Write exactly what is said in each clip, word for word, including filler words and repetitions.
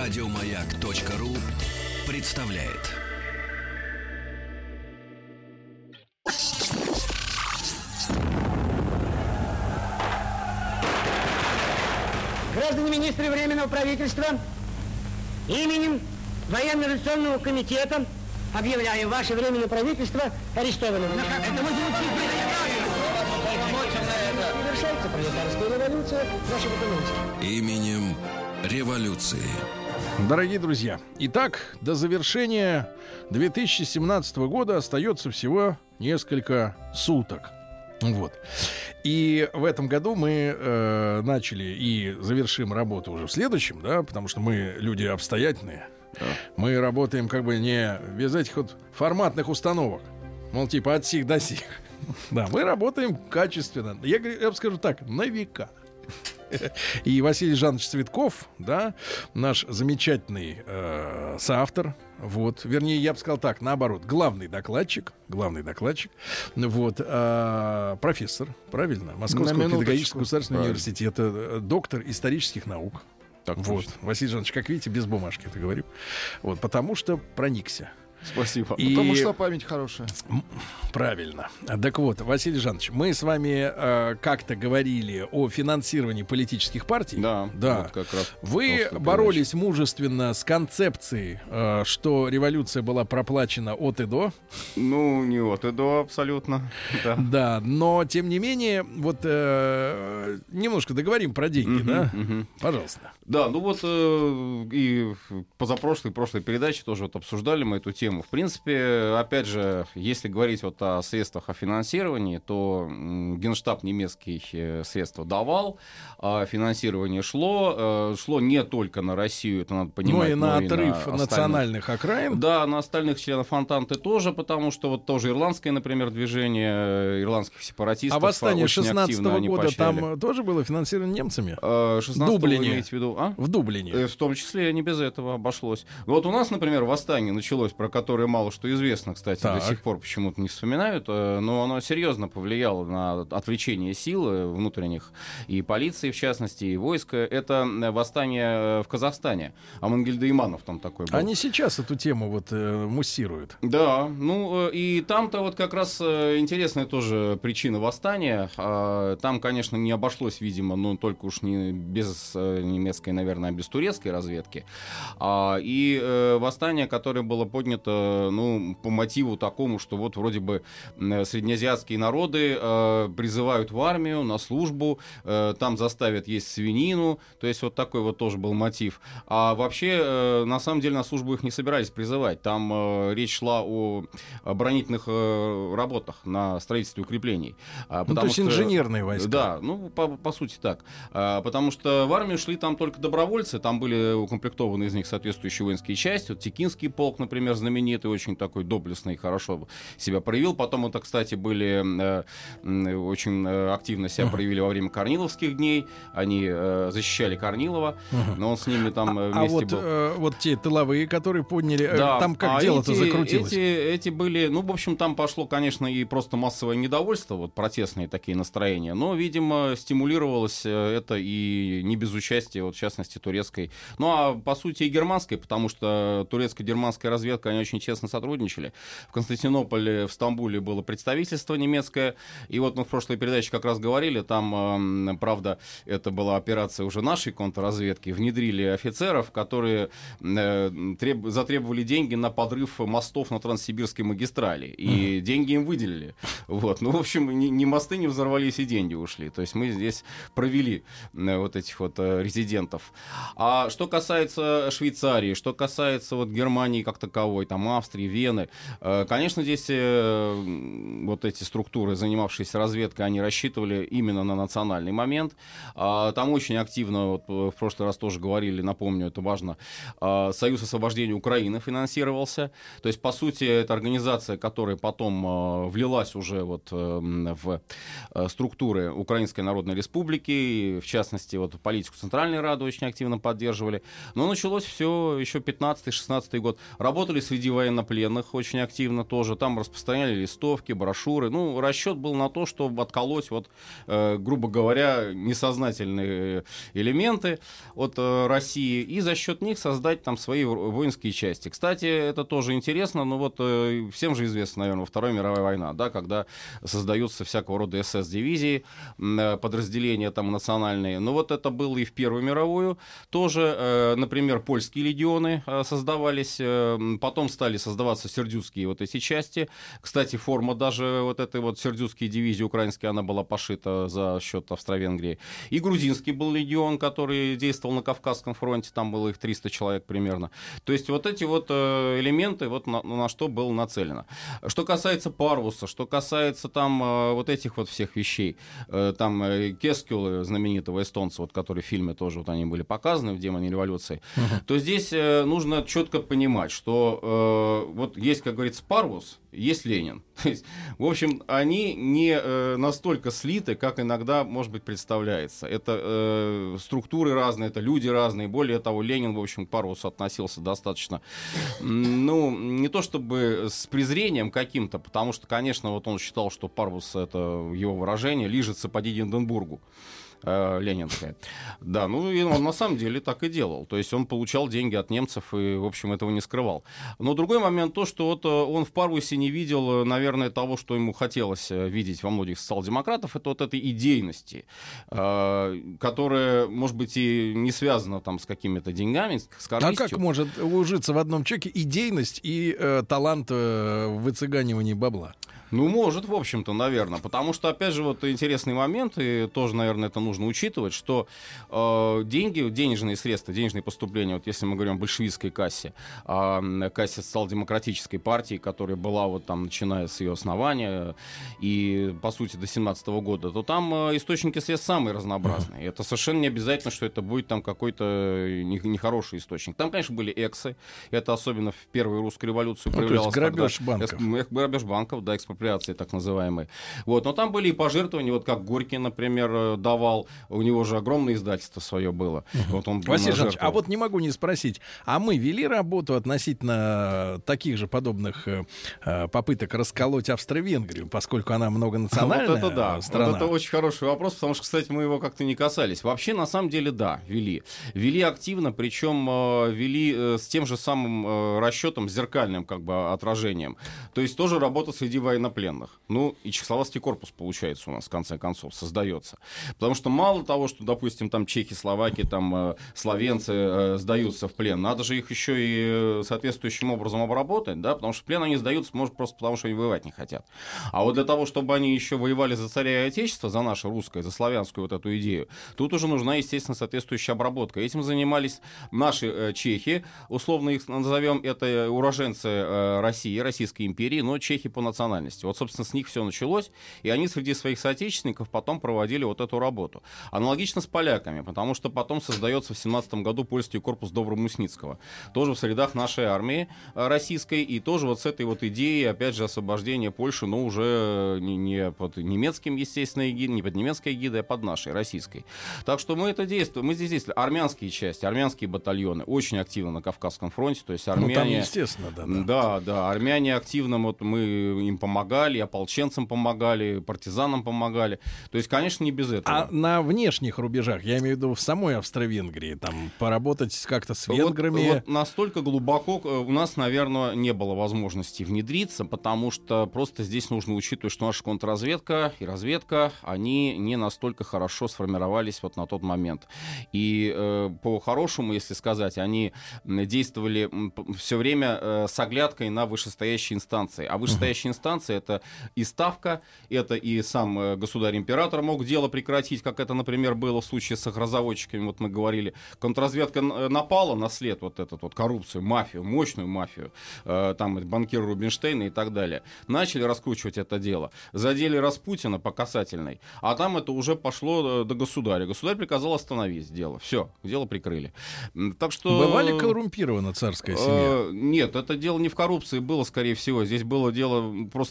Радиомаяк.ру представляет. Граждане министры Временного правительства, именем Военно-революционного комитета объявляю ваше Временное правительство арестованным. Это завершается пролетарская революция нашего экономики. Именем революции. Дорогие друзья, итак, до завершения две тысячи семнадцатого года остается всего несколько суток. Вот. И в этом году мы э, начали и завершим работу уже в следующем, да, потому что мы люди обстоятельные. Да. Мы работаем как бы не без этих вот форматных установок, мол, типа от сих до сих. Да, мы работаем качественно. Я, я бы скажу так, на века. И Василий Жанович Цветков, да, наш замечательный э, соавтор, вот, вернее, я бы сказал так, наоборот, главный докладчик, главный докладчик, вот, э, профессор, правильно, Московского педагогического государственного университета, доктор исторических наук. Так, вот, точно. Василий Жанович, как видите, без бумажки это говорю, вот, потому что проникся. Спасибо. И... Потому что память хорошая. Правильно. Так вот, Василий Жанович, мы с вами э, как-то говорили о финансировании политических партий. Да. Да. Вот как раз Вы боролись мужественно с концепцией, э, что революция была проплачена от и до. Ну, не от и до абсолютно. Да. Да, но тем не менее, вот э, немножко договорим про деньги, uh-huh, да? Uh-huh. Пожалуйста. Да, ну вот э, и позапрошлой, прошлой передаче тоже вот обсуждали мы эту тему. В принципе, опять же, если говорить вот о средствах о финансировании, то Генштаб немецкий средства давал, а финансирование шло. Шло не только на Россию, это надо понимать. Ну и на но отрыв и на национальных окраин. Да, на остальных членов Антанты тоже, потому что вот тоже ирландское, например, движение ирландских сепаратистов. А восстание шестнадцатого года поощряли. Там тоже было финансировано немцами? В Дублине. В виду, а? В Дублине. В том числе не без этого обошлось. Вот у нас, например, восстание началось, про которое мало что известно, кстати, так. до сих пор почему-то не вспоминают, но оно серьезно повлияло на отвлечение сил внутренних и полиции, в частности, и войска. Это восстание в Казахстане. А Мангельда-Иманов там такой был. Они сейчас эту тему вот э, муссируют. Да, ну и там-то вот как раз интересная тоже причина восстания. Там, конечно, не обошлось, видимо, но только уж не без немецкой, наверное, а без турецкой разведки. И восстание, которое было поднято, ну, по мотиву такому, что вот вроде бы среднеазиатские народы призывают в армию, на службу, там заставят есть свинину, то есть вот такой вот тоже был мотив. А вообще, на самом деле, на службу их не собирались призывать. Там речь шла о оборонительных работах на строительстве укреплений. Ну, то есть что, инженерные войска. Да, ну, по, по сути так. Потому что в армию шли там только добровольцы, там были укомплектованы из них соответствующие воинские части. Вот Текинский полк, например, знаменитый, очень такой доблестный, хорошо себя проявил. Потом это, кстати, были э, очень активно себя uh-huh. проявили во время Корниловских дней. Они э, защищали Корнилова, uh-huh. но он с ними там а, вместе а вот, был. Э, вот те тыловые, которые подняли, да. э, там как а дело-то эти, закрутилось? Эти, эти были, ну, в общем, там пошло, конечно, и просто массовое недовольство, вот протестные такие настроения, но, видимо, стимулировалось это и не без участия, вот, в частности, турецкой. Ну, а по сути и германской, потому что турецко-германская разведка, они очень тесно сотрудничали. В Константинополе, в Стамбуле было представительство немецкое, и вот мы в прошлой передаче как раз говорили, там, э, правда, это была операция уже нашей контрразведки, внедрили офицеров, которые э, треб... затребовали деньги на подрыв мостов на Транссибирской магистрали, и mm. деньги им выделили. Вот. Ну, в общем, ни, ни мосты не взорвались, и деньги ушли. То есть мы здесь провели э, вот этих вот э, резидентов. А что касается Швейцарии, что касается вот Германии как таковой, там Австрии, Вены, э, конечно, здесь э, вот эти структуры, занимавшиеся разведкой, они рассчитывали именно на национальный момент. А, там очень активно, вот, в прошлый раз тоже говорили, напомню, это важно, а, Союз освобождения Украины финансировался. То есть, по сути, это организация, которая потом а, влилась уже вот, а, в а, структуры Украинской Народной Республики, и, в частности, вот, политику Центральной Рады очень активно поддерживали. Но началось все еще пятнадцатый-шестнадцатый год. Работали среди среди военнопленных очень активно тоже. Там распространяли листовки, брошюры. Ну, расчет был на то, чтобы отколоть, вот, э, грубо говоря, несознательные элементы от э, России и за счет них создать там свои воинские части. Кстати, это тоже интересно, но вот э, всем же известно, наверное, Вторая мировая война, да, когда создаются всякого рода эс эс-дивизии, э, подразделения там национальные. Но вот это было и в Первую мировую. Тоже, э, например, польские легионы э, создавались, э, потом стали создаваться сердюцкие вот эти части. Кстати, форма даже вот этой вот сердюцкие дивизии украинской, она была пошита за счет Австро-Венгрии. И грузинский был легион, который действовал на Кавказском фронте, там было их триста человек примерно. То есть вот эти вот э, элементы, вот на, на что было нацелено. Что касается Парвуса, что касается там э, вот этих вот всех вещей, э, там э, Кескюлы, знаменитого эстонца, вот, который в фильме тоже вот они были показаны в «Демоне революции», uh-huh. то здесь э, нужно четко понимать, что э, вот есть, как говорится, Парвус, есть Ленин. То есть, в общем, они не э, настолько слиты, как иногда, может быть, представляется. Это э, структуры разные, это люди разные. Более того, Ленин, в общем, к Парвусу относился достаточно, ну, не то чтобы с презрением каким-то, потому что, конечно, вот он считал, что Парвус, это его выражение, лижется по Гинденбургу. Ленинская. Да, ну и он на самом деле так и делал. То есть он получал деньги от немцев и, в общем, этого не скрывал. Но другой момент то, что вот он в Парвусе не видел, наверное, того, что ему хотелось видеть во многих социал-демократов, это вот этой идейности, которая, может быть, и не связана там с какими-то деньгами, с корыстью. А как может ужиться в одном человеке идейность и э, талант э, в выцыганивании бабла? Ну, может, в общем-то, наверное. Потому что, опять же, вот интересный момент, и тоже, наверное, это нужно учитывать, что э, деньги, денежные средства, денежные поступления, вот если мы говорим о большевистской кассе, э, кассе социал-демократической партии, которая была вот там, начиная с ее основания и, по сути, до семнадцатого года, то там э, источники средств самые разнообразные. Это совершенно не обязательно, что это будет там какой-то нехороший источник. Там, конечно, были эксы. Это особенно в первую русскую революцию проявлялось. Ну, то есть грабеж когда... банков. Эксп... Грабеж банков, да, экспроприация так называемые. Вот. Но там были и пожертвования, вот как Горький, например, давал, у него же огромное издательство свое было. Угу. Вот он Василий Жанович, а вот не могу не спросить, а мы вели работу относительно таких же подобных э, попыток расколоть Австро-Венгрию, поскольку она многонациональная вот это да. страна? Вот это очень хороший вопрос, потому что, кстати, мы его как-то не касались. Вообще, на самом деле, да, вели. Вели активно, причем э, вели э, с тем же самым э, расчетом, зеркальным как бы отражением. То есть тоже работа среди военнопленных. Ну, и Чехословацкий корпус, получается, у нас, в конце концов, создается. Потому что мало того, что, допустим, там чехи, словаки, там э, словенцы э, сдаются в плен, надо же их еще и соответствующим образом обработать, да, потому что в плен они сдаются, может, просто потому, что они воевать не хотят. А вот для того, чтобы они еще воевали за царя и отечество, за наше русское, за славянскую вот эту идею, тут уже нужна, естественно, соответствующая обработка. Этим занимались наши э, чехи, условно их назовем, это уроженцы э, России, Российской империи, но чехи по национальности. Вот, собственно, с них все началось, и они среди своих соотечественников потом проводили вот эту работу. Аналогично с поляками, потому что потом создается в семнадцатом году польский корпус Добромусницкого, тоже в средах нашей армии российской, и тоже вот с этой вот идеей, опять же, освобождения Польши, но уже не, не под немецким, естественно, эгидой, не под немецкой эгидой, а под нашей, российской. Так что мы это действуем, мы здесь действуем. Армянские части, армянские батальоны очень активно на Кавказском фронте, то есть армяне... Ну, там, естественно, да. Да, да, да армяне активно, вот мы им помогали, помогали, ополченцам помогали, партизанам помогали. То есть, конечно, не без этого. А на внешних рубежах, я имею в виду в самой Австро-Венгрии, там поработать как-то с венграми? Вот, вот настолько глубоко у нас, наверное, не было возможности внедриться, потому что просто здесь нужно учитывать, что наша контрразведка и разведка, они не настолько хорошо сформировались вот на тот момент. И э, по-хорошему, если сказать, они действовали все время э, с оглядкой на вышестоящие инстанции. А вышестоящие инстанции — это и Ставка, это и сам э, государь-император мог дело прекратить, как это, например, было в случае с разработчиками, вот мы говорили. Контрразведка напала на след вот эту вот коррупцию, мафию, мощную мафию, э, там банкира Рубинштейна и так далее. Начали раскручивать это дело. Задели Распутина по касательной, а там это уже пошло до государя. Государь приказал остановить дело. Все, дело прикрыли. Так что... Была ли коррумпирована царская семья? Э, нет, это дело не в коррупции было, скорее всего. Здесь было дело просто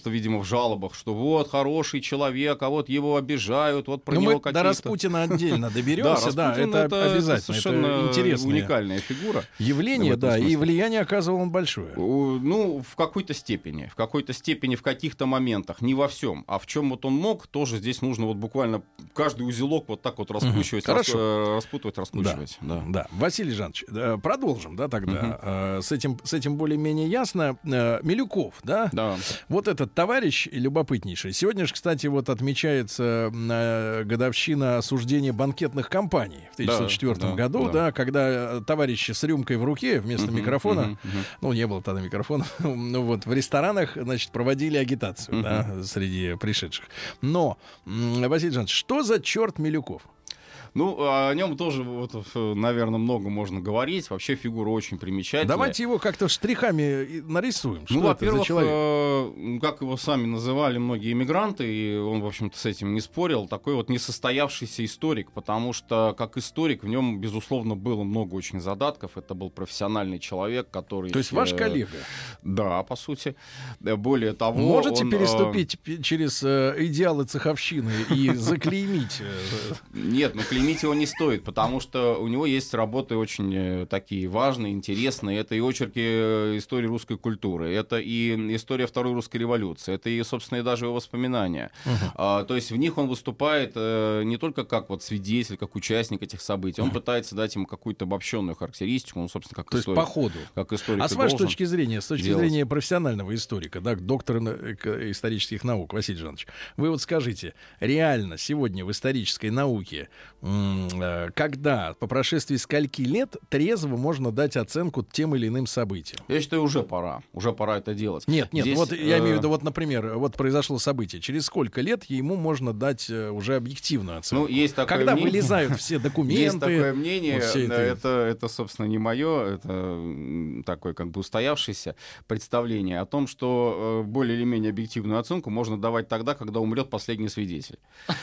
просто, видимо, в жалобах, что вот хороший человек, а вот его обижают, вот про ну, него мы какие-то... до Распутина отдельно доберемся, да, это, это обязательно, совершенно это интересная уникальная фигура. Явление, да, смысле. И влияние оказывал он большое. Ну, в какой-то степени, в какой-то степени, в каких-то моментах, не во всем, а в чем вот он мог, тоже здесь нужно вот буквально каждый узелок вот так вот раскручивать, угу. рас, распутывать, раскручивать. Да, да. да. Василий Жанович, продолжим, да, тогда. Угу. С этим, с этим более-менее ясно. Милюков, да? Да. Вот этот товарищ любопытнейший. Сегодня же, кстати, вот отмечается годовщина осуждения банкетных компаний в тысяча девятьсот четвёртом да, году, да. да, когда товарищи с рюмкой в руке вместо uh-huh, микрофона, uh-huh, uh-huh. ну, не было тогда микрофона, ну, вот, в ресторанах, значит, проводили агитацию, uh-huh. да, среди пришедших. Но, Василий Жанович, что за черт Милюков? Ну, о нем тоже, вот, наверное, много можно говорить. Вообще фигура очень примечательная. Давайте его как-то штрихами нарисуем. Что ну, это за человек? Э, как его сами называли многие иммигранты, и он, в общем-то, с этим не спорил, такой вот несостоявшийся историк, потому что, как историк, в нем, безусловно, было много очень задатков. Это был профессиональный человек, который... То есть ваш э, коллега? Да, по сути. Более того... Можете он, переступить э, через э, идеалы цеховщины и заклеймить? Нет, ну, клеймить его не стоит, потому что у него есть работы очень э, такие важные, интересные. Это и очерки э, истории русской культуры, это и история Второй русской революции, это и, собственно, и даже его воспоминания. Uh-huh. А, то есть в них он выступает э, не только как вот свидетель, как участник этих событий, он uh-huh. пытается дать ему какую-то обобщенную характеристику, он, собственно, как то историк. То есть по ходу. Как историк. А с вашей точки зрения, с точки делать. зрения профессионального историка, да, доктора исторических наук, Василий Жанович, вы вот скажите, реально сегодня в исторической науке когда по прошествии скольки лет трезво можно дать оценку тем или иным событиям? Я считаю, уже пора. Уже пора это делать. Нет, нет, Здесь, вот я э... имею в виду, вот, например, вот произошло событие. Через сколько лет ему можно дать уже объективную оценку? Ну, есть такое когда мнение... вылезают все документы. Есть такое мнение. Вот это... Это, это, собственно, не мое. Это такое как бы устоявшееся представление о том, что более или менее объективную оценку можно давать тогда, когда умрет последний свидетель.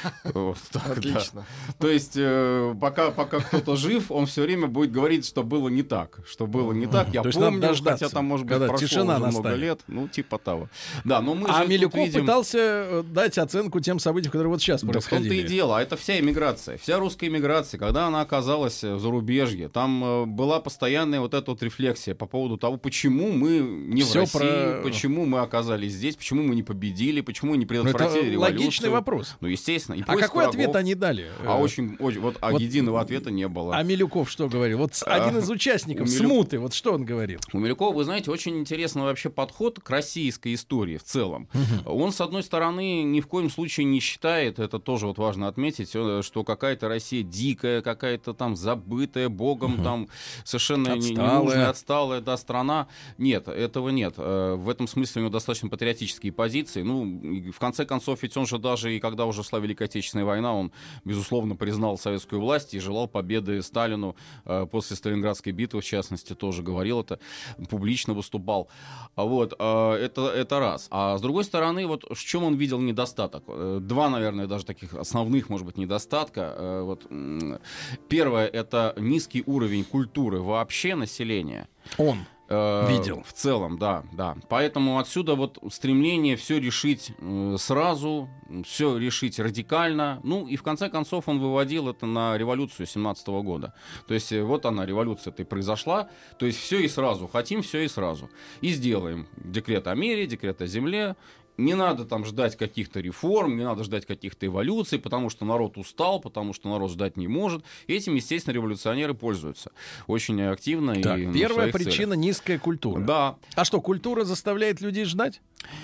Отлично. То есть пока, пока кто-то жив, он все время будет говорить, что было не так. Что было не так. Я помню, хотя там, может быть, прошло уже много лет. Ну, типа того. Да, но мы а же Милюков видим... пытался дать оценку тем событиям, которые вот сейчас да происходили. В том-то и дело. А это вся эмиграция. Вся русская эмиграция, когда она оказалась в зарубежье, там э, была постоянная вот эта вот рефлексия по поводу того, почему мы не Всё в России, про... почему мы оказались здесь, почему мы не победили, почему мы не предотвратили революцию. Логичный вопрос. Ну, естественно. И а какой врагов. Ответ они дали? А очень, очень, вот, а вот, единого ответа не было. А Милюков что говорил? Вот один из участников Милю... смуты, вот что он говорил? У Милюкова, вы знаете, очень интересный вообще подход к российской истории в целом. Угу. Он, с одной стороны, ни в коем случае не считает, это тоже вот важно отметить, что какая-то Россия дикая, какая-то там забытая Богом, угу. там совершенно отсталая. ненужная, отсталая да, страна. Нет, этого нет. В этом смысле у него достаточно патриотические позиции. Ну, в конце концов, ведь он же даже, и когда уже шла Великая Отечественная война, он, безусловно, признал советскую власть и желал победы Сталину после Сталинградской битвы, в частности, тоже говорил это, публично выступал. Вот, это, это раз. А с другой стороны, вот в чем он видел недостаток? Два, наверное, даже таких основных, может быть, недостатка. Вот. Первое — это низкий уровень культуры вообще населения. Он видел. В целом, да, да. Поэтому отсюда вот стремление все решить сразу, все решить радикально. Ну и в конце концов он выводил это на революцию семнадцатого года. То есть вот она, революция-то и произошла. То есть все и сразу. Хотим все и сразу. И сделаем декрет о мире, декрет о земле. Не надо там ждать каких-то реформ, не надо ждать каких-то эволюций, потому что народ устал, потому что народ ждать не может. И этим, естественно, революционеры пользуются очень активно. Так, и первая причина — целях. Низкая культура. Да. А что, культура заставляет людей ждать?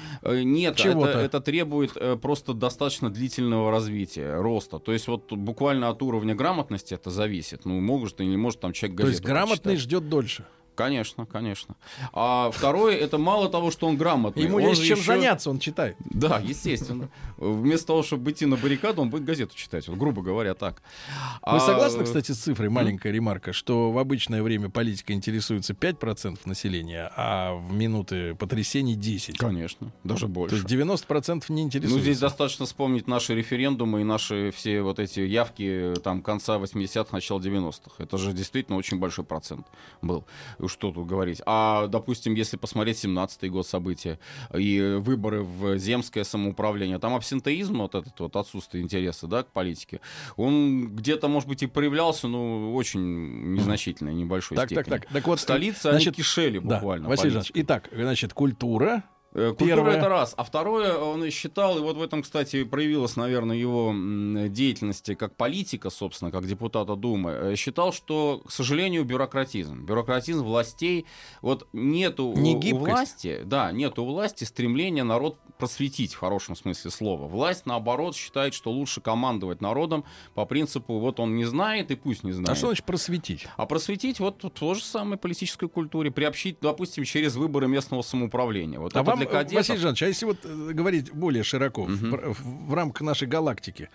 Нет, это, это требует просто достаточно длительного развития, роста. То есть вот буквально от уровня грамотности это зависит. Ну, может или не может там человек газету То есть грамотный почитать. Ждет дольше? Конечно, конечно. А второе, это мало того, что он грамотный. Ему он есть чем еще... заняться, он читает. Да, естественно. Вместо того, чтобы идти на баррикаду, он будет газету читать. Вот, грубо говоря, так. Вы а... согласны, кстати, с цифрой, маленькая mm. ремарка, что в обычное время политика интересуется пять процентов населения, а в минуты потрясений десять процентов? Конечно, даже больше. То есть девяносто процентов не интересуется. Ну, здесь достаточно вспомнить наши референдумы и наши все вот эти явки там конца восьмидесятых, начала девяностых. Это же действительно очень большой процент был. что тут говорить. А, допустим, если посмотреть семнадцатый год события и выборы в земское самоуправление, там абсентеизм, вот этот вот отсутствие интереса, да, к политике, он где-то, может быть, и проявлялся, но очень незначительно, небольшой так, степени. Так, так, так. Вот, столицы, значит, они кишели буквально. Да, Василий Жанович, итак, значит, культура. Культура Первое. Это раз. А второе, он считал, и вот в этом, кстати, проявилась, наверное, его деятельности как политика, собственно, как депутата Думы, считал, что, к сожалению, бюрократизм. Бюрократизм властей, вот нету Не у власти, да, нету у власти стремления народ просветить в хорошем смысле слова. Власть, наоборот, считает, что лучше командовать народом по принципу, вот он не знает, и пусть не знает. А что значит просветить? А просветить вот то же самое политической культуре, приобщить, допустим, через выборы местного самоуправления. Вот а это вам, кадетов. Василий Жанович, а если вот говорить более широко, угу. в, в, в рамках нашей галактики,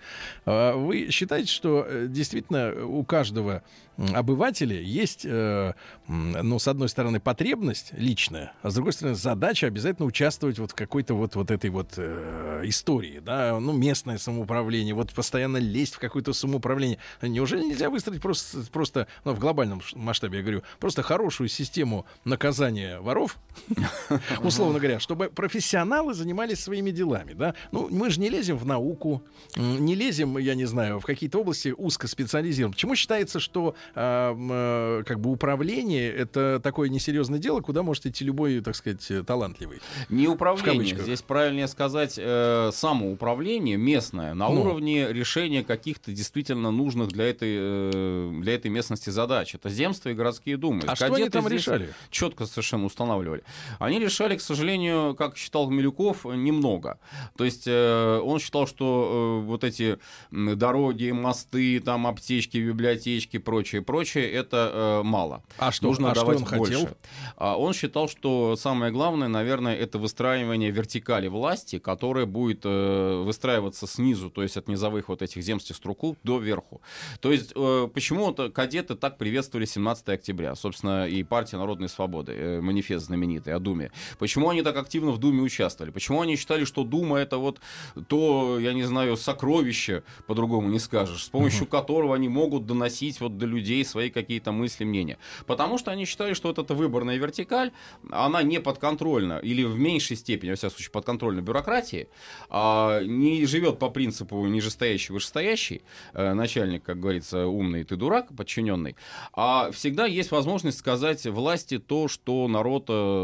вы считаете, что действительно у каждого обывателя есть, ну, с одной стороны, потребность личная, а с другой стороны, задача обязательно участвовать вот в какой-то вот, вот этой вот э, истории, да, ну, местное самоуправление, вот постоянно лезть в какое-то самоуправление. Неужели нельзя выстроить просто, просто ну, в глобальном масштабе, я говорю, просто хорошую систему наказания воров, условно говоря, чтобы профессионалы занимались своими делами, да? Ну, мы же не лезем в науку, не лезем, я не знаю, в какие-то области узкоспециализированные. Почему считается, что э, э, как бы управление — это такое несерьезное дело, куда может идти любой, так сказать, талантливый? Не управление, здесь правильнее сказать э, самоуправление местное на ну. уровне решения каких-то действительно нужных для этой, э, для этой местности задач. Это земства и городские думы. А Кадеты что они там решали? Четко совершенно устанавливали. Они решали, к сожалению, как считал Милюков, немного. То есть э, он считал, что э, вот эти дороги, мосты, там аптечки, библиотечки, прочее, прочее, это э, мало. А что, Нужно а давать что он больше. хотел? А он считал, что самое главное, наверное, это выстраивание вертикали власти, которая будет э, выстраиваться снизу, то есть от низовых вот этих земских структур до верху. То есть э, почему-то кадеты так приветствовали семнадцатое октября, собственно, и партия Народной Свободы, э, манифест знаменитый о Думе. Почему они так активно в Думе участвовали? Почему они считали, что Дума — это вот то, я не знаю, сокровище, по-другому не скажешь, с помощью uh-huh. которого они могут доносить вот до людей свои какие-то мысли, мнения? Потому что они считали, что вот эта выборная вертикаль, она не подконтрольна, или в меньшей степени, во всяком случае, подконтрольна бюрократии, а не живет по принципу нижестоящий, вышестоящий, э, начальник, как говорится, умный, ты дурак, подчиненный, а всегда есть возможность сказать власти то, что народ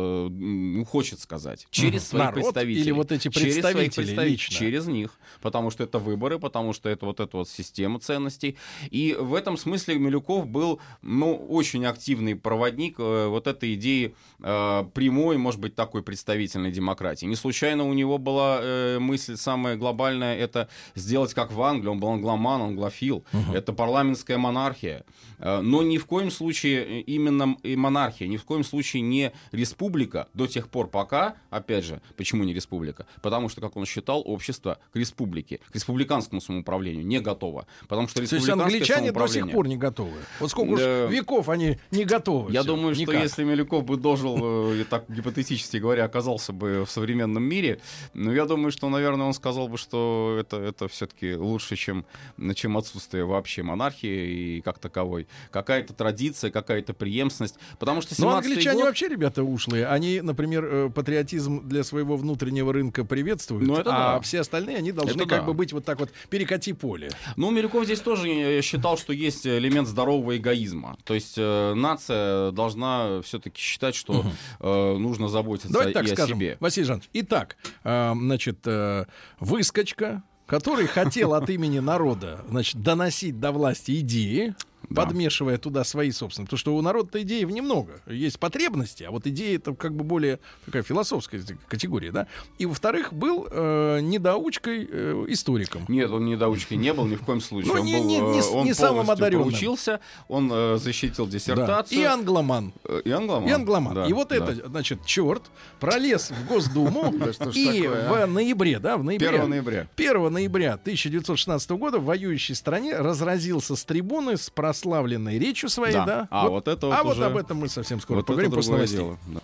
э, хочет сказать. Через uh-huh. своих народ представителей. Или вот эти через представители, представителей лично? Через них. Потому что это выборы, потому что это вот эта вот система ценностей. И в этом смысле Милюков был, ну, очень активный проводник э, вот этой идеи э, прямой, может быть, такой представительной демократии. Не случайно у него была э, мысль самая глобальная — это сделать как в Англии. Он был англоман, англофил. Uh-huh. Это парламентская монархия. Э, но ни в коем случае именно и монархия, ни в коем случае не республика до тех пор, пока, опять же, почему не республика? Потому что, как он считал, общество к республике, к республиканскому самоуправлению не готово. Потому что республиканское То есть англичане до самоуправление... сих пор не готовы? Вот сколько да. уж веков они не готовы? Я все, думаю, никак. что если Милюков бы дожил, и так гипотетически говоря, оказался бы в современном мире, ну, я думаю, что, наверное, он сказал бы, что это, это все-таки лучше, чем, чем отсутствие вообще монархии и как таковой. Какая-то традиция, какая-то преемственность. Потому что Но англичане год... вообще, ребята, ушлые. Они, например, патриотизм для своего внутреннего рынка приветствуют, ну, это а да. все остальные, они должны это как да. бы быть вот так вот перекати поле. Ну, Милюков здесь тоже считал, что есть элемент здорового эгоизма. То есть э, нация должна все-таки считать, что угу. э, нужно заботиться Давайте так и скажем, о себе. Василий Жанович, итак, э, значит, э, выскочка, который хотел от имени народа, значит, доносить до власти идеи, да. подмешивая туда свои собственные. Потому что у народа-то идеев немного. Есть потребности, а вот идеи — это как бы более такая философская категория, да. И, во-вторых, был э, недоучкой э, историком. Нет, он недоучкой не был ни в коем случае. Ну, он не, был, не, не, он не самым одаренным. Учился, он э, защитил диссертацию. Да. И англоман. И англоман. И англоман. Да, и вот да. это, значит, черт пролез в Госдуму и в ноябре, да, в ноябре. первого ноября. первого ноября тысяча девятьсот шестнадцатого года в воюющей стране разразился с трибуны с прославленной речью своей, да. да? А вот, вот это вот А уже... вот об этом мы совсем скоро вот поговорим после новостей. Дело. Да.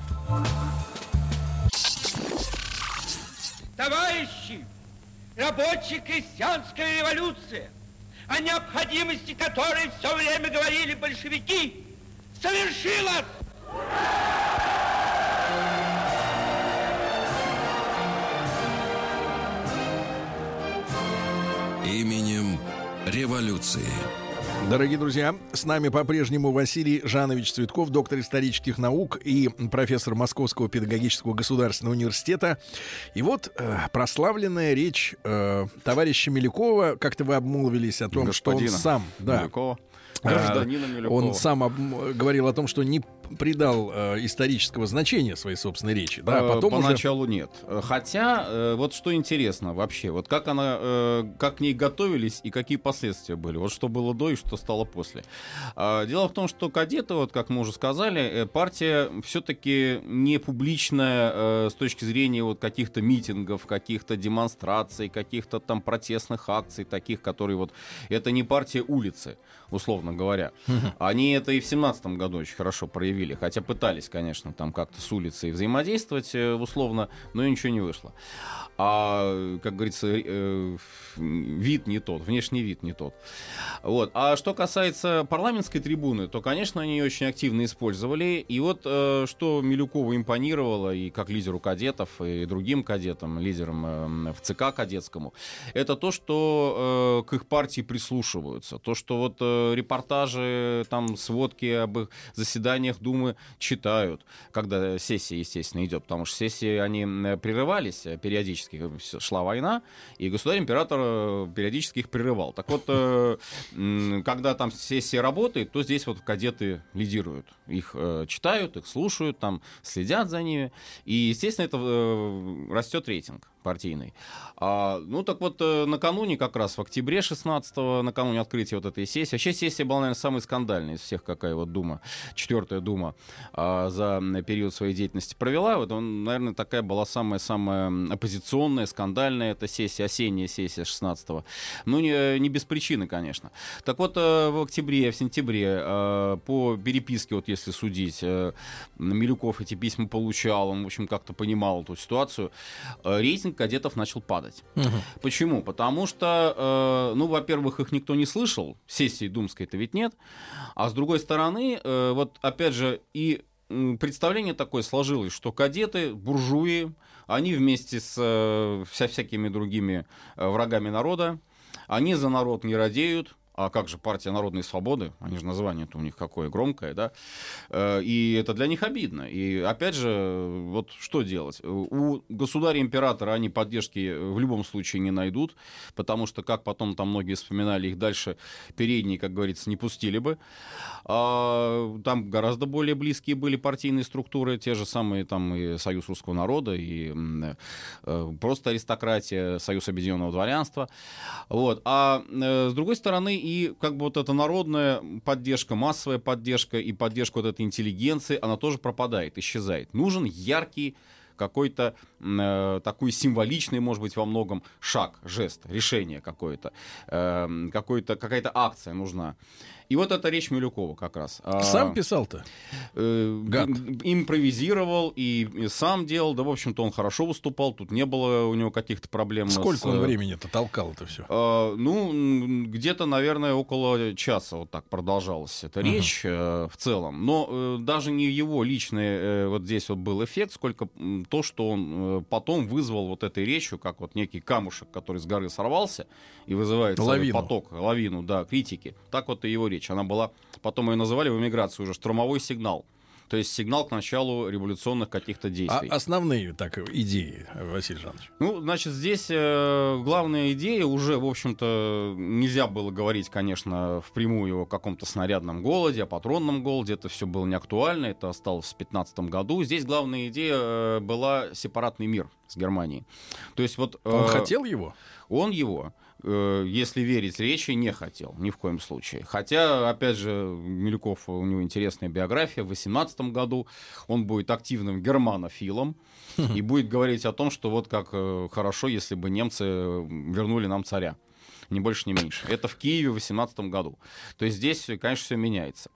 Товарищи, рабочая крестьянская революция, о необходимости которой все время говорили большевики, совершилась! Именем революции. Дорогие друзья, с нами по-прежнему Василий Жанович Цветков, доктор исторических наук и профессор Московского педагогического государственного университета. И вот э, прославленная речь э, товарища Милюкова. Как-то вы обмолвились о том, Господина что он сам... Да, Милюкова. Гражданина Милюкова. Он сам об, говорил о том, что не придал э, исторического значения своей собственной речи. Да, а потом Поначалу уже... нет. Хотя, э, вот что интересно вообще, вот как она, э, как к ней готовились и какие последствия были. Вот что было до и что стало после. Э, дело в том, что кадеты, вот как мы уже сказали, э, партия все-таки не публичная э, с точки зрения вот каких-то митингов, каких-то демонстраций, каких-то там протестных акций, таких, которые вот... Это не партия улицы, условно говоря. Они это и в семнадцатом году очень хорошо проявили. Хотя пытались, конечно, там как-то с улицей взаимодействовать условно, но ничего не вышло. А, как говорится, э, вид не тот, внешний вид не тот. Вот. А что касается парламентской трибуны, то, конечно, они ее очень активно использовали. И вот э, что Милюкову импонировало и как лидеру кадетов, и другим кадетам, лидерам э, в ЦК кадетскому, это то, что э, к их партии прислушиваются. То, что вот э, репортажи, там, сводки об их заседаниях Думы читают, когда сессия, естественно, идет, потому что сессии, они прерывались периодически, шла война, и государь-император периодически их прерывал. Так вот, когда там сессия работает, то здесь вот кадеты лидируют. Их читают, их слушают, там следят за ними, и, естественно, это растет рейтинг партийный. А, ну, так вот, накануне, как раз в октябре шестнадцатого, накануне открытия вот этой сессии, вообще сессия была, наверное, самой скандальной из всех, какая вот Дума, четвертая Дума а, за период своей деятельности провела. Вот он, наверное, такая была самая-самая оппозиционная, скандальная эта сессия, осенняя сессия шестнадцатого. Ну, не, не без причины, конечно. Так вот, в октябре, в сентябре, по переписке, вот если судить, Милюков эти письма получал, он, в общем, как-то понимал эту ситуацию, рейтинг кадетов начал падать. Угу. Почему? Потому что, э, ну, во-первых, их никто не слышал, сессии думской-то ведь нет, а с другой стороны, э, вот опять же, и э, представление такое сложилось, что кадеты, буржуи, они вместе с э, вся всякими другими э, врагами народа, они за народ не радеют. А как же партия народной свободы? Они же название-то у них какое громкое, да? И это для них обидно. И опять же, вот что делать? У государя-императора они поддержки в любом случае не найдут, потому что, как потом там многие вспоминали, их дальше передние, как говорится, не пустили бы. А там гораздо более близкие были партийные структуры, те же самые там и Союз русского народа, и просто аристократия, Союз объединенного дворянства. Вот. А с другой стороны, и как бы вот эта народная поддержка, массовая поддержка и поддержка вот этой интеллигенции, она тоже пропадает, исчезает. Нужен яркий какой-то э, такой символичный, может быть, во многом шаг, жест, решение какое-то, э, какое-то, какая-то акция нужна. И вот эта речь Милюкова как раз. Сам писал-то? Э, Гад. Импровизировал и сам делал. Да, в общем-то, он хорошо выступал. Тут не было у него каких-то проблем. Сколько с, он времени-то толкал это все? Э, ну, где-то, наверное, около часа вот так продолжалась эта uh-huh. речь э, в целом. Но э, даже не его личный э, вот здесь вот был эффект, сколько то, что он э, потом вызвал вот этой речью, как вот некий камушек, который с горы сорвался и вызывает целый поток, лавину, да, критики. Так вот и его речь. Она была, потом ее называли в эмиграции уже штурмовой сигнал. То есть сигнал к началу революционных каких-то действий. А основные так идеи, Василий Жанович? Ну, значит, здесь э, главная идея уже, в общем-то, нельзя было говорить, конечно, впрямую о каком-то снарядном голоде, о патронном голоде. Это все было не актуально, это осталось в пятнадцатом году. Здесь главная идея э, была сепаратный мир с Германией. То есть вот... Э, он хотел его? Он его, если верить речи, не хотел ни в коем случае. Хотя, опять же, Милюков, у него интересная биография. В восемнадцатом году он будет активным германофилом и будет говорить о том, что вот как хорошо, если бы немцы вернули нам царя. Ни больше, ни меньше. Это в Киеве в восемнадцатом году. То есть здесь, конечно, все меняется.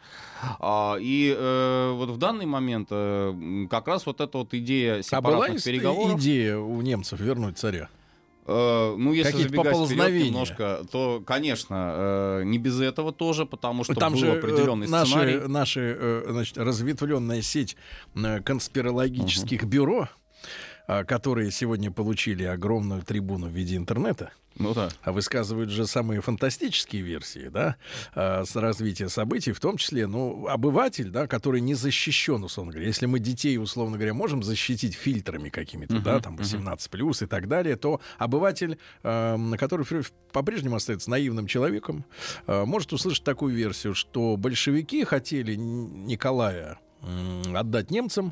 И э, вот в данный момент э, как раз вот эта вот идея сепаратных переговоров... А была идея у немцев вернуть царя? Э, ну, если Какие-то забегать вперед поползновения. немножко, то, конечно, э, не без этого тоже, потому что Там был же определенный э, наши, сценарий. наши э, значит, разветвленная сеть э, конспирологических uh-huh. бюро, э, которые сегодня получили огромную трибуну в виде интернета, ну, да. а высказывают же самые фантастические версии, да, э, с развития событий, в том числе, ну, обыватель, да, который не защищен, условно говоря. Если мы детей, условно говоря, можем защитить фильтрами какими-то, uh-huh, да, там восемнадцать плюс uh-huh. и так далее, то обыватель, э, который по-прежнему остается наивным человеком, э, может услышать такую версию, что большевики хотели Николая э, отдать немцам,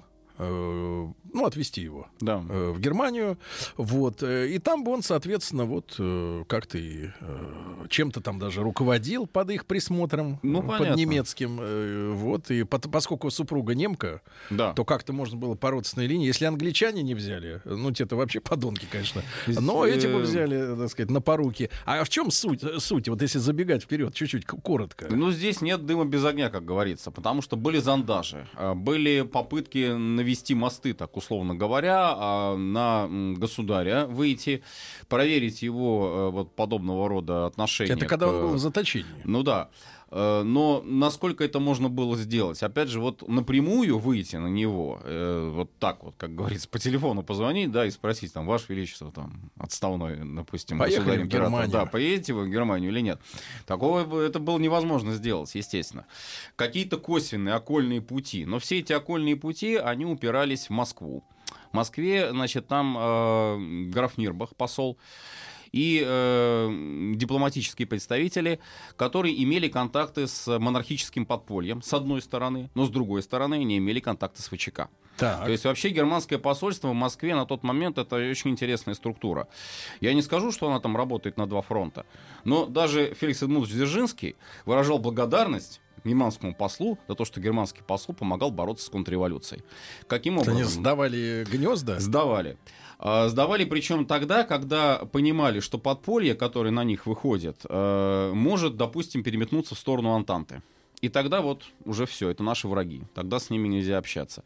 э, ну, отвезти его да. э, в Германию, вот, э, и там бы он, соответственно, вот э, как-то и, э, чем-то там даже руководил под их присмотром, ну, под понятно. немецким, э, вот, и по- поскольку супруга немка, да. то как-то можно было по родственной линии, если англичане не взяли, ну, те-то вообще подонки, конечно, но эти бы взяли, так сказать, на поруки. А в чем суть, суть, вот если забегать вперед, чуть-чуть, коротко? Ну, здесь нет дыма без огня, как говорится, потому что были зондажи, были попытки навести мосты, так условно говоря, на государя выйти, проверить его вот подобного рода отношения. Это когда к... он был в заточении. Ну да. Но насколько это можно было сделать? Опять же, вот напрямую выйти на него, вот так вот, как говорится, по телефону позвонить, да, и спросить, там, Ваше Величество, там, отставной, допустим, поехали в Германию. Да, поедете вы в Германию или нет? Такого это было невозможно сделать, естественно. Какие-то косвенные, окольные пути, но все эти окольные пути, они упирались в Москву. В Москве, значит, там э, граф Нирбах, посол, и э, дипломатические представители, которые имели контакты с монархическим подпольем, с одной стороны, но с другой стороны не имели контакты с ВЧК. Так. То есть вообще германское посольство в Москве на тот момент это очень интересная структура. Я не скажу, что она там работает на два фронта, но даже Феликс Эдмундович Дзержинский выражал благодарность германскому послу за то, что германский посол помогал бороться с контрреволюцией. Каким образом? Они сдавали гнезда? Сдавали. Сдавали, причем тогда, когда понимали, что подполье, которое на них выходит, может, допустим, переметнуться в сторону Антанты. И тогда вот уже все, это наши враги. Тогда с ними нельзя общаться.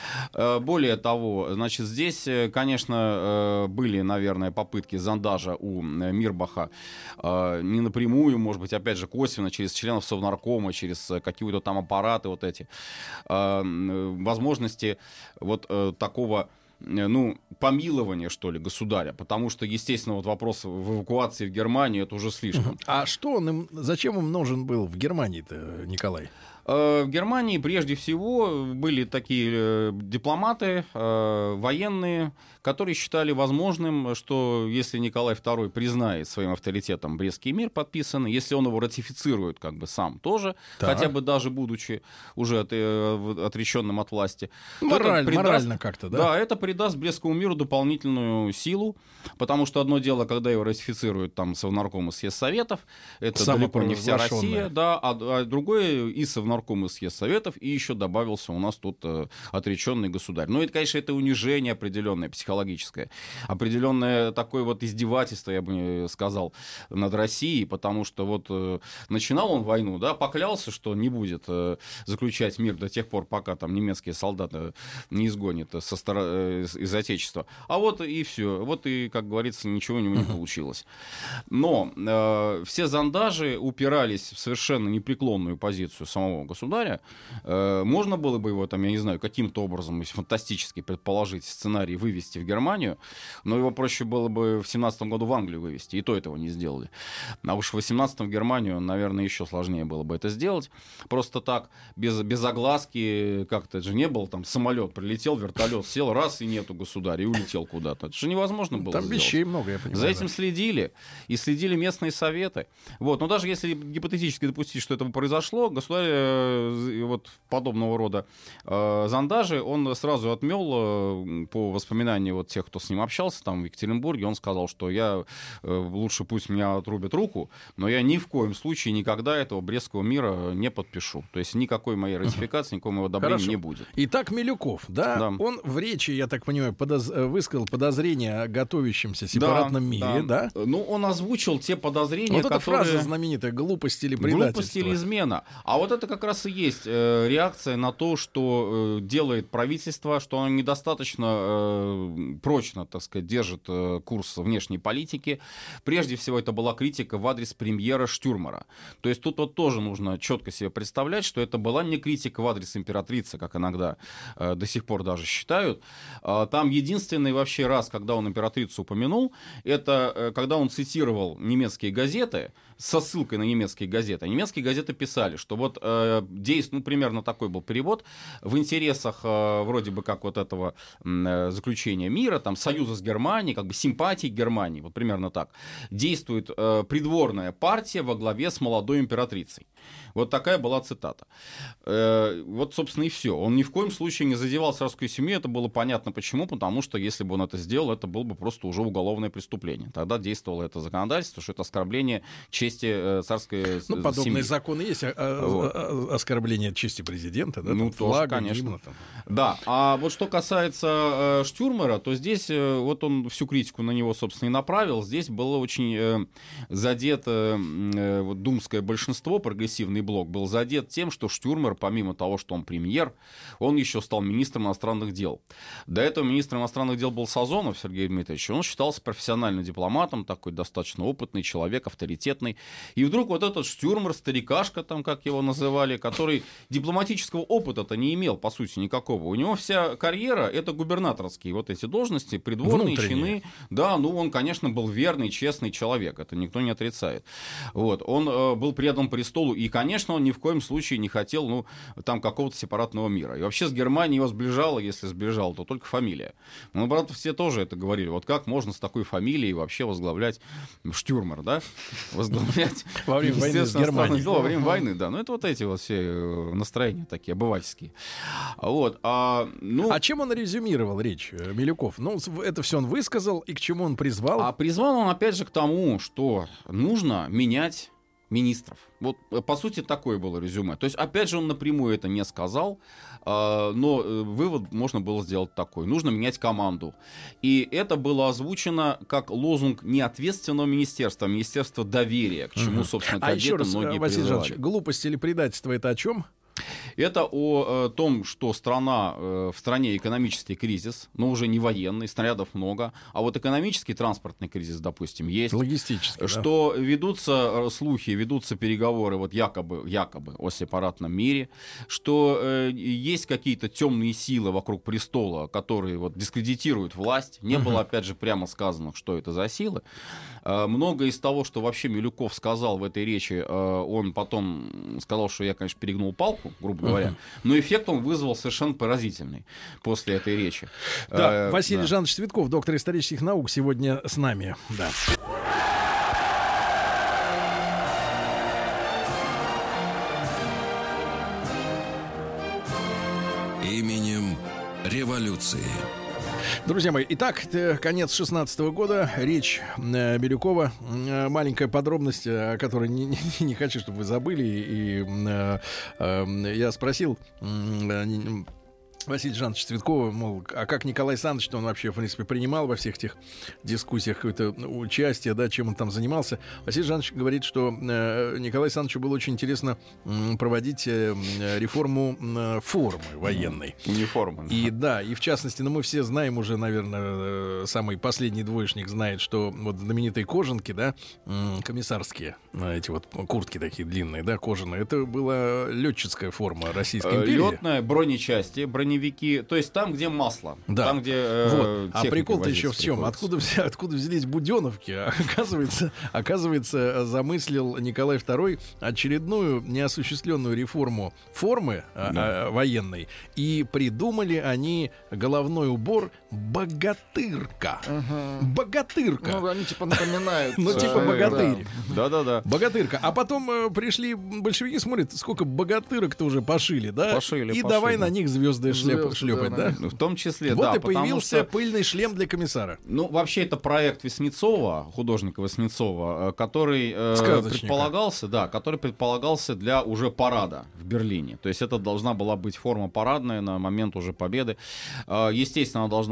Более того, значит, здесь, конечно, были, наверное, попытки зондажа у Мирбаха не напрямую, может быть, опять же, косвенно, через членов Совнаркома, через какие-то там аппараты вот эти. Возможности вот такого, ну, помилование, что ли, государя, потому что, естественно, вот вопрос в эвакуации в Германию, это уже слишком. А что он им, зачем им нужен был в Германии-то, Николай? В Германии прежде всего были такие дипломаты, военные, которые считали возможным, что если Николай второй признает своим авторитетом Брестский мир подписанный, если он его ратифицирует как бы сам тоже, так. хотя бы даже будучи уже от, отреченным от власти, Мораль, придаст, морально как-то, да? Да, это придаст Брестскому миру дополнительную силу, потому что одно дело, когда его ратифицируют там Совнарком и съезд Советов, это далеко не вся Россия, да, а, а другое и Совнарком и съезд Советов, и еще добавился у нас тут э, отреченный государь. Ну, это, конечно, это унижение определенное, психологическое. Определенное такое вот издевательство, я бы сказал, над Россией, потому что вот э, начинал он войну, да, поклялся, что не будет э, заключать мир до тех пор, пока там немецкие солдаты не изгонят со стор... э, из Отечества. А вот и все. Вот и, как говорится, ничего у него не получилось. Но э, все зондажи упирались в совершенно непреклонную позицию самого государя. Э, можно было бы его, там, я не знаю, каким-то образом, если фантастически предположить сценарий, вывести в Германию, но его проще было бы в семнадцатом году в Англию вывести, и то этого не сделали. А уж в восемнадцатом в Германию, наверное, еще сложнее было бы это сделать. Просто так, без, без огласки, как-то это же не было, там, самолет прилетел, вертолет сел, раз, и нету государя, и улетел куда-то. Это же невозможно было Там сделать. вещей много, я понимаю. За этим да. следили, и следили местные советы. Вот. Но даже если гипотетически допустить, что это произошло, государь вот подобного рода э, зондажи он сразу отмел э, по воспоминаниям вот тех, кто с ним общался там в Екатеринбурге, он сказал, что я э, лучше пусть меня отрубят руку, но я ни в коем случае никогда этого Брестского мира не подпишу. То есть никакой моей ратификации, никакого моего одобрения Хорошо. не будет. Итак, Милюков, да, Да. он в речи, я так так понимаю, подоз... высказал подозрение о готовящемся сепаратном да, мире, да. да? Ну, он озвучил те подозрения, вот которые... эта фраза знаменитая «глупость или предательство». Глупость или измена. А вот это как раз и есть э, реакция на то, что э, делает правительство, что оно недостаточно э, прочно, так сказать, держит э, курс внешней политики. Прежде всего, это была критика в адрес премьера Штюрмера. То есть тут вот тоже нужно четко себе представлять, что это была не критика в адрес императрицы, как иногда э, до сих пор даже считают. Э, там единственный вообще раз, когда он императрицу упомянул, это э, когда он цитировал немецкие газеты со ссылкой на немецкие газеты. Немецкие газеты писали, что вот э, действ... ну, примерно такой был перевод, в интересах э, вроде бы как вот этого э, заключения мира, там, союза с Германией, как бы симпатии к Германии, вот примерно так, действует э, придворная партия во главе с молодой императрицей. Вот такая была цитата. Э, вот, собственно, и все. Он ни в коем случае не задевал царскую семью, это было понятно почему, потому что если бы он это сделал, это было бы просто уже уголовное преступление. Тогда действовало это законодательство, что это оскорбление чести э, царской ну, подобные семьи. законы есть, а, вот. а, оскорбление чести президента, да, ну, там, флага, тоже, конечно. гимна, там. Да, а вот что касается э, Штюрмера, то здесь э, вот он всю критику на него, собственно, и направил. Здесь было очень э, задето э, вот, думское большинство, прогрессивный блок, был задет тем, что Штюрмер, помимо того, что он премьер, он еще стал министром иностранных дел. До этого министром иностранных дел был Сазонов Сергей Дмитриевич, он считался профессиональным дипломатом, такой достаточно опытный человек, авторитетный. И вдруг вот этот Штюрмер, старикашка, там, как его называли, который дипломатического опыта-то не имел, по сути, никакого. У него вся карьера — это губернаторские вот эти должности, придворные чины. Да, ну он, конечно, был верный, честный человек, это никто не отрицает. Вот. Он э, был предан престолу, и, конечно, он ни в коем случае не хотел, ну, там, какого-то сепаратного мира. И вообще с Германией его сближало, если сближало, то только фамилия. Ну, правда, все тоже это говорили. Вот как можно с такой фамилией вообще возглавлять Штюрмер, да? Возглавлять во время войны с Германией. Во время войны, да. Ну, это вот эти вот все настроения такие обывательские. Вот. А, ну... а чем он резюмировал речь, Милюков? Ну, это все он высказал, и к чему он призвал? А призвал он, опять же, к тому, что нужно менять министров. Вот, по сути, такое было резюме. То есть, опять же, он напрямую это не сказал, но вывод можно было сделать такой. Нужно менять команду. И это было озвучено как лозунг не ответственного министерства, а министерства доверия, к чему, собственно, а еще раз, многие Василий призывали. Жанович, глупость или предательство — это о чем? Это о, о том, что страна, э, в стране экономический кризис, но уже не военный, снарядов много, а вот экономический транспортный кризис, допустим, есть. Логистический, что да? ведутся слухи, ведутся переговоры вот якобы, якобы о сепаратном мире, что э, есть какие-то темные силы вокруг престола, которые вот дискредитируют власть. Не uh-huh. было, опять же, прямо сказано, что это за силы. Э, многое из того, что вообще Милюков сказал в этой речи, э, он потом сказал, что я, конечно, перегнул палку, грубо говоря. Uh-huh. Но эффект он вызвал совершенно поразительный после этой речи. Да, э, Василий да. Жанович Цветков, доктор исторических наук, сегодня с нами. Да. Именем революции. Друзья мои, итак, конец шестнадцатого года, речь э, Бирюкова, э, маленькая подробность, о которой не, не, не хочу, чтобы вы забыли, и э, э, я спросил э, Василия Жановича Цветкова, мол, а как Николай Александрович, он вообще, в принципе, принимал во всех этих дискуссиях какое-то участие, да, чем он там занимался. Василий Жанович говорит, что э, Николаю Александровичу было очень интересно э, проводить э, реформу э, формы военной. Униформы. И да, и в частности, ну, мы все знаем уже, наверное, э, самый последний двоечник знает, что вот знаменитые кожанки, да, э, комиссарские, эти вот куртки такие длинные, да, кожаные, это была летческая форма Российской империи. Летная, бронечасти, броневики. То есть там, где масло. Да. Там, где э, вот. А прикол-то еще в чем? Откуда, взя... Откуда взялись буденовки? Оказывается, оказывается, замыслил Николай второй очередную неосуществленную реформу формы да. а, военной. И придумали они головной убор богатырка. Угу. Богатырка. Ну, они типа напоминают. Ну, типа богатырь. Да-да-да. Богатырка. А потом э, пришли большевики, смотрят, сколько богатырок-то уже пошили, да? Пошили, И пошили. давай на них звезды шлеп, шлепать, да? В том числе, вот да. и появился что... пыльный шлем для комиссара. Ну, вообще, это проект Васнецова, художника Васнецова, который э, предполагался, да, который предполагался для уже парада в Берлине. То есть это должна была быть форма парадная на момент уже победы. Э, естественно, она должна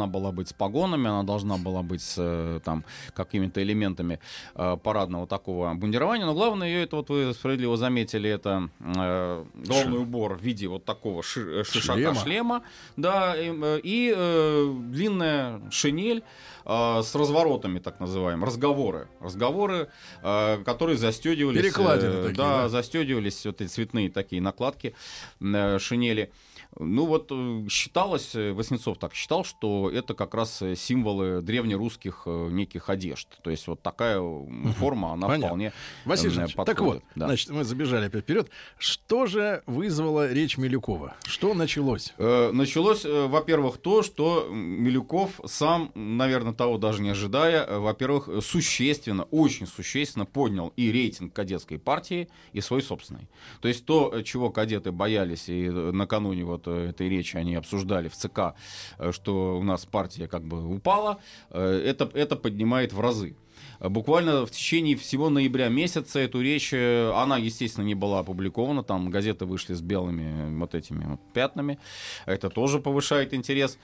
должна была быть с погонами, она должна была быть с там, какими-то элементами э, парадного такого обмундирования. Но главное ее, это вот вы справедливо заметили, это э, головной убор в виде вот такого ши- шишака шлема, шлема да, и, и э, длинная шинель э, с разворотами, так называемые, разговоры. Разговоры, э, которые застегивались. Перекладины э, такие, да, да? застегивались вот эти цветные такие накладки э, шинели. Ну вот считалось, Васнецов так считал, что это как раз символы древнерусских неких одежд. То есть вот такая угу. форма, она Понятно. Вполне Василий Жанович, так вот, да. Значит, мы забежали опять вперед. Что же вызвала речь Милюкова? Что началось? Э, началось, э, во-первых, то, что Милюков сам, наверное, того даже не ожидая, э, во-первых, существенно, очень существенно поднял и рейтинг кадетской партии, и свой собственный. То есть то, чего кадеты боялись, и накануне вот этой речи они обсуждали в ЦК, что у нас партия как бы упала, это, это поднимает в разы. Буквально в течение всего ноября месяца эту речь, она, естественно, не была опубликована, там газеты вышли с белыми вот этими вот пятнами, это тоже повышает интерес,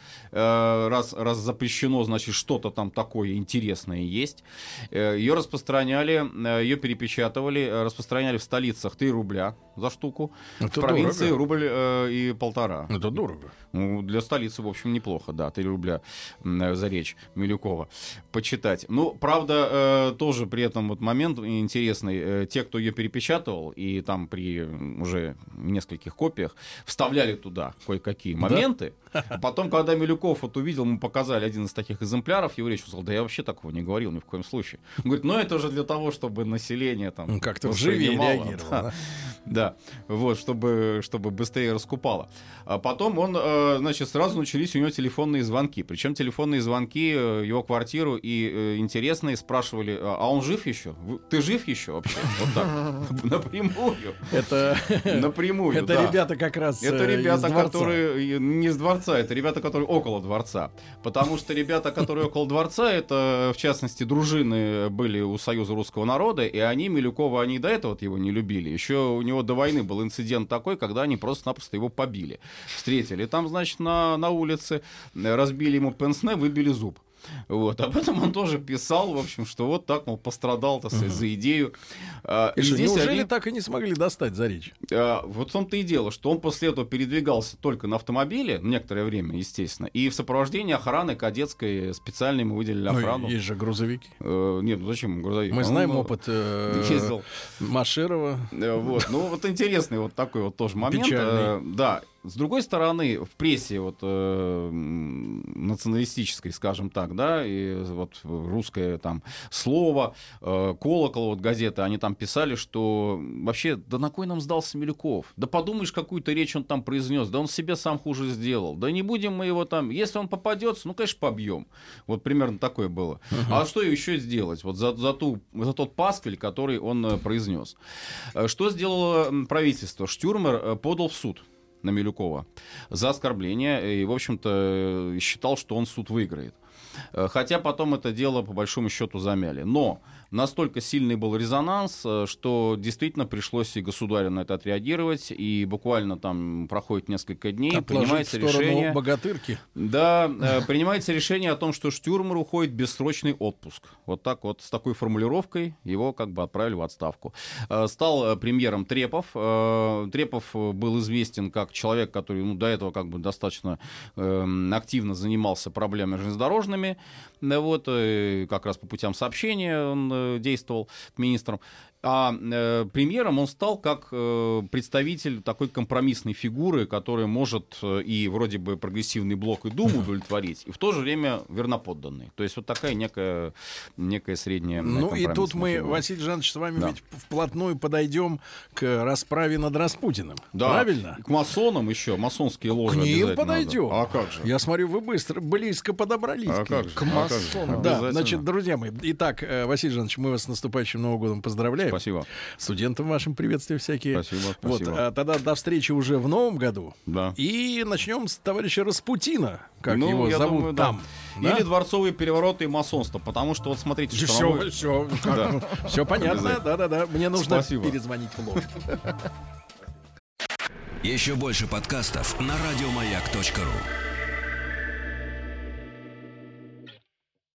раз, раз запрещено, значит, что-то там такое интересное есть. Ее распространяли, ее перепечатывали, распространяли в столицах три рубля за штуку, это в провинции дорого. Рубль э, и полтора. Это дорого. Ну, для столицы, в общем, неплохо, да, три рубля за речь Милюкова почитать. Ну, правда, э, тоже при этом вот момент интересный. Э, те, кто ее перепечатывал, и там при уже нескольких копиях вставляли туда кое-какие моменты. Да? А потом, когда Милюков вот увидел, мы показали один из таких экземпляров, его речь, он сказал, да я вообще такого не говорил ни в коем случае. Он говорит, ну это же для того, чтобы население там... Как-то вживее реагировало. Да. Да. Да, вот, чтобы, чтобы быстрее раскупало. А потом он, э, значит, сразу начались у него телефонные звонки. Причем телефонные звонки э, его квартиру и э, интересные спрашивали, а он жив еще? Ты жив еще вообще? Вот так. Напрямую. Это напрямую. Это ребята как раз Это ребята, которые не из дворца, это ребята, которые около дворца. Потому что ребята, которые около дворца, это, в частности, дружины были у Союза русского народа, и они, Милюкова, они до этого его не любили. Еще у него до войны был инцидент такой, когда они просто-напросто его побили. Встретили там, значит, на, на улице, разбили ему пенсне, выбили зуб. Вот. Об этом он тоже писал, в общем, что вот так, мол, пострадал, так сказать, uh-huh. за идею. А, и здесь неужели они... так и не смогли достать за речь? А, вот в том-то и дело, что он после этого передвигался только на автомобиле, некоторое время, естественно, и в сопровождении охраны кадетской специально ему выделили охрану. Ну, есть же грузовики. А, нет, ну зачем грузовик? Мы он, знаем он, опыт э, ездил. Машерова. Вот. Ну, вот интересный вот такой вот тоже момент. Печальный. Да. С другой стороны, в прессе вот, э, националистической, скажем так, да, и вот русское там слово, э, колокол, вот газеты, они там писали, что вообще, да на кой нам сдался Милюков? Да подумаешь, какую-то речь он там произнес, да он себе сам хуже сделал, да не будем мы его там, если он попадется, ну, конечно, побьем. Вот примерно такое было. Uh-huh. А что еще сделать вот за, за, ту, за тот пасквиль, который он э, произнес? Что сделало правительство? Штюрмер э, подал в суд на Милюкова за оскорбление и, в общем-то, считал, что он суд выиграет. Хотя потом это дело, по большому счету, замяли. Но настолько сильный был резонанс, что действительно пришлось и государю на это отреагировать, и буквально там проходит несколько дней, отложить принимается решение... богатырки. Да, принимается решение о том, что Штюрмер уходит в бессрочный отпуск. Вот так вот, с такой формулировкой его как бы отправили в отставку. Стал премьером Трепов. Трепов был известен как человек, который ну, до этого как бы достаточно активно занимался проблемами железнодорожными. Вот, как раз по путям сообщения он действовал министром. А э, премьером он стал как э, представитель такой компромиссной фигуры, которая может э, и вроде бы прогрессивный блок и Думу удовлетворить, и в то же время верноподданный. То есть вот такая некая, некая средняя Ну и тут мы, фигура. Василий Жанович, с вами да. ведь вплотную подойдем к расправе над Распутиным. Да. Правильно? К масонам еще, масонские ложи. К ним подойдем. Надо. А как же? Я смотрю, вы быстро, близко подобрались. А как же? К масонам. А да, значит, друзья мои, итак, Василий Жанович, мы вас с наступающим Новым годом поздравляем. Спасибо. Студентам вашим приветствия всякие. Спасибо, вот, спасибо. а, тогда до встречи уже в новом году. Да. И начнем с товарища Распутина, как ну, его я зовут думаю, там. Да. Да? Или дворцовые перевороты и масонство. Потому что вот смотрите, что все, мы... все, да. все понятно. Да-да-да. Мне нужно Спасибо. перезвонить в ложь. Еще больше подкастов на радиомаяк точка ру.